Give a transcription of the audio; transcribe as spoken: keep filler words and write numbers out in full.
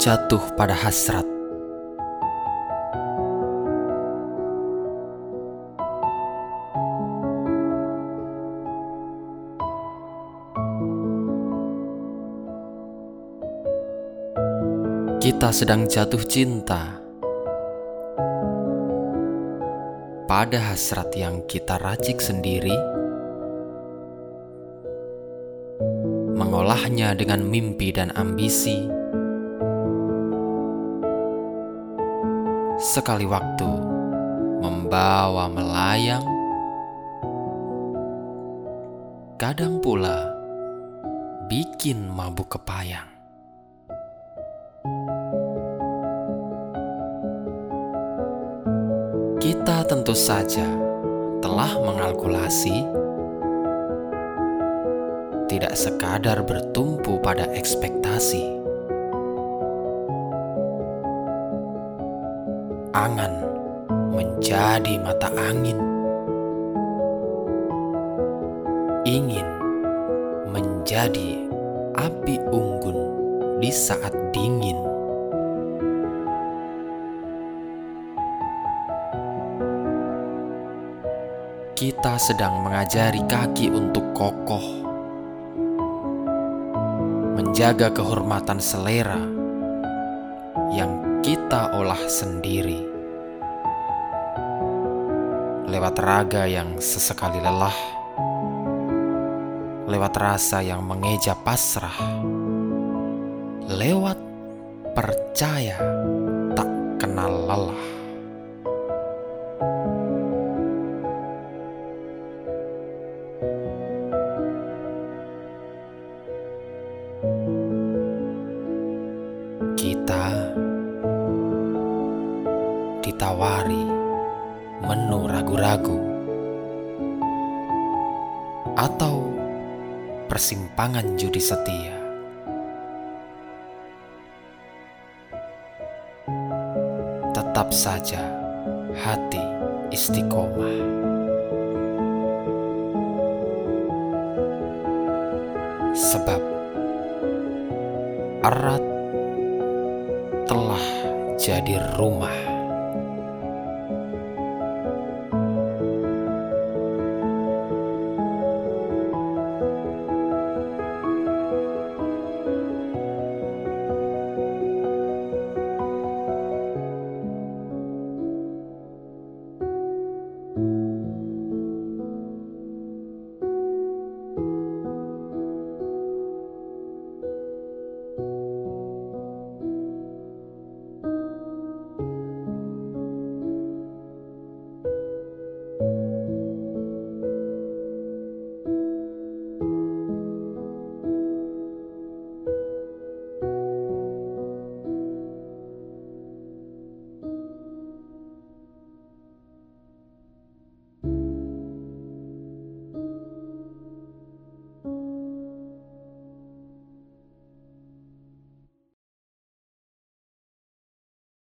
Jatuh pada hasrat. Kita sedang jatuh cinta pada hasrat yang kita racik sendiri, mengolahnya dengan mimpi dan ambisi. Sekali waktu membawa melayang, kadang pula bikin mabuk kepayang. Kita tentu saja telah mengalkulasi, tidak sekadar bertumpu pada ekspektasi. Angan menjadi mata angin, ingin menjadi api unggun di saat dingin. Kita sedang mengajari kaki untuk kokoh, menjaga kehormatan selera yang kita olah sendiri, lewat raga yang sesekali lelah, lewat rasa yang mengeja pasrah, lewat percaya tak kenal lelah. Kita ditawari menu ragu-ragu atau persimpangan judi setia. Tetap saja hati istiqomah. Sebab erat telah jadi rumah.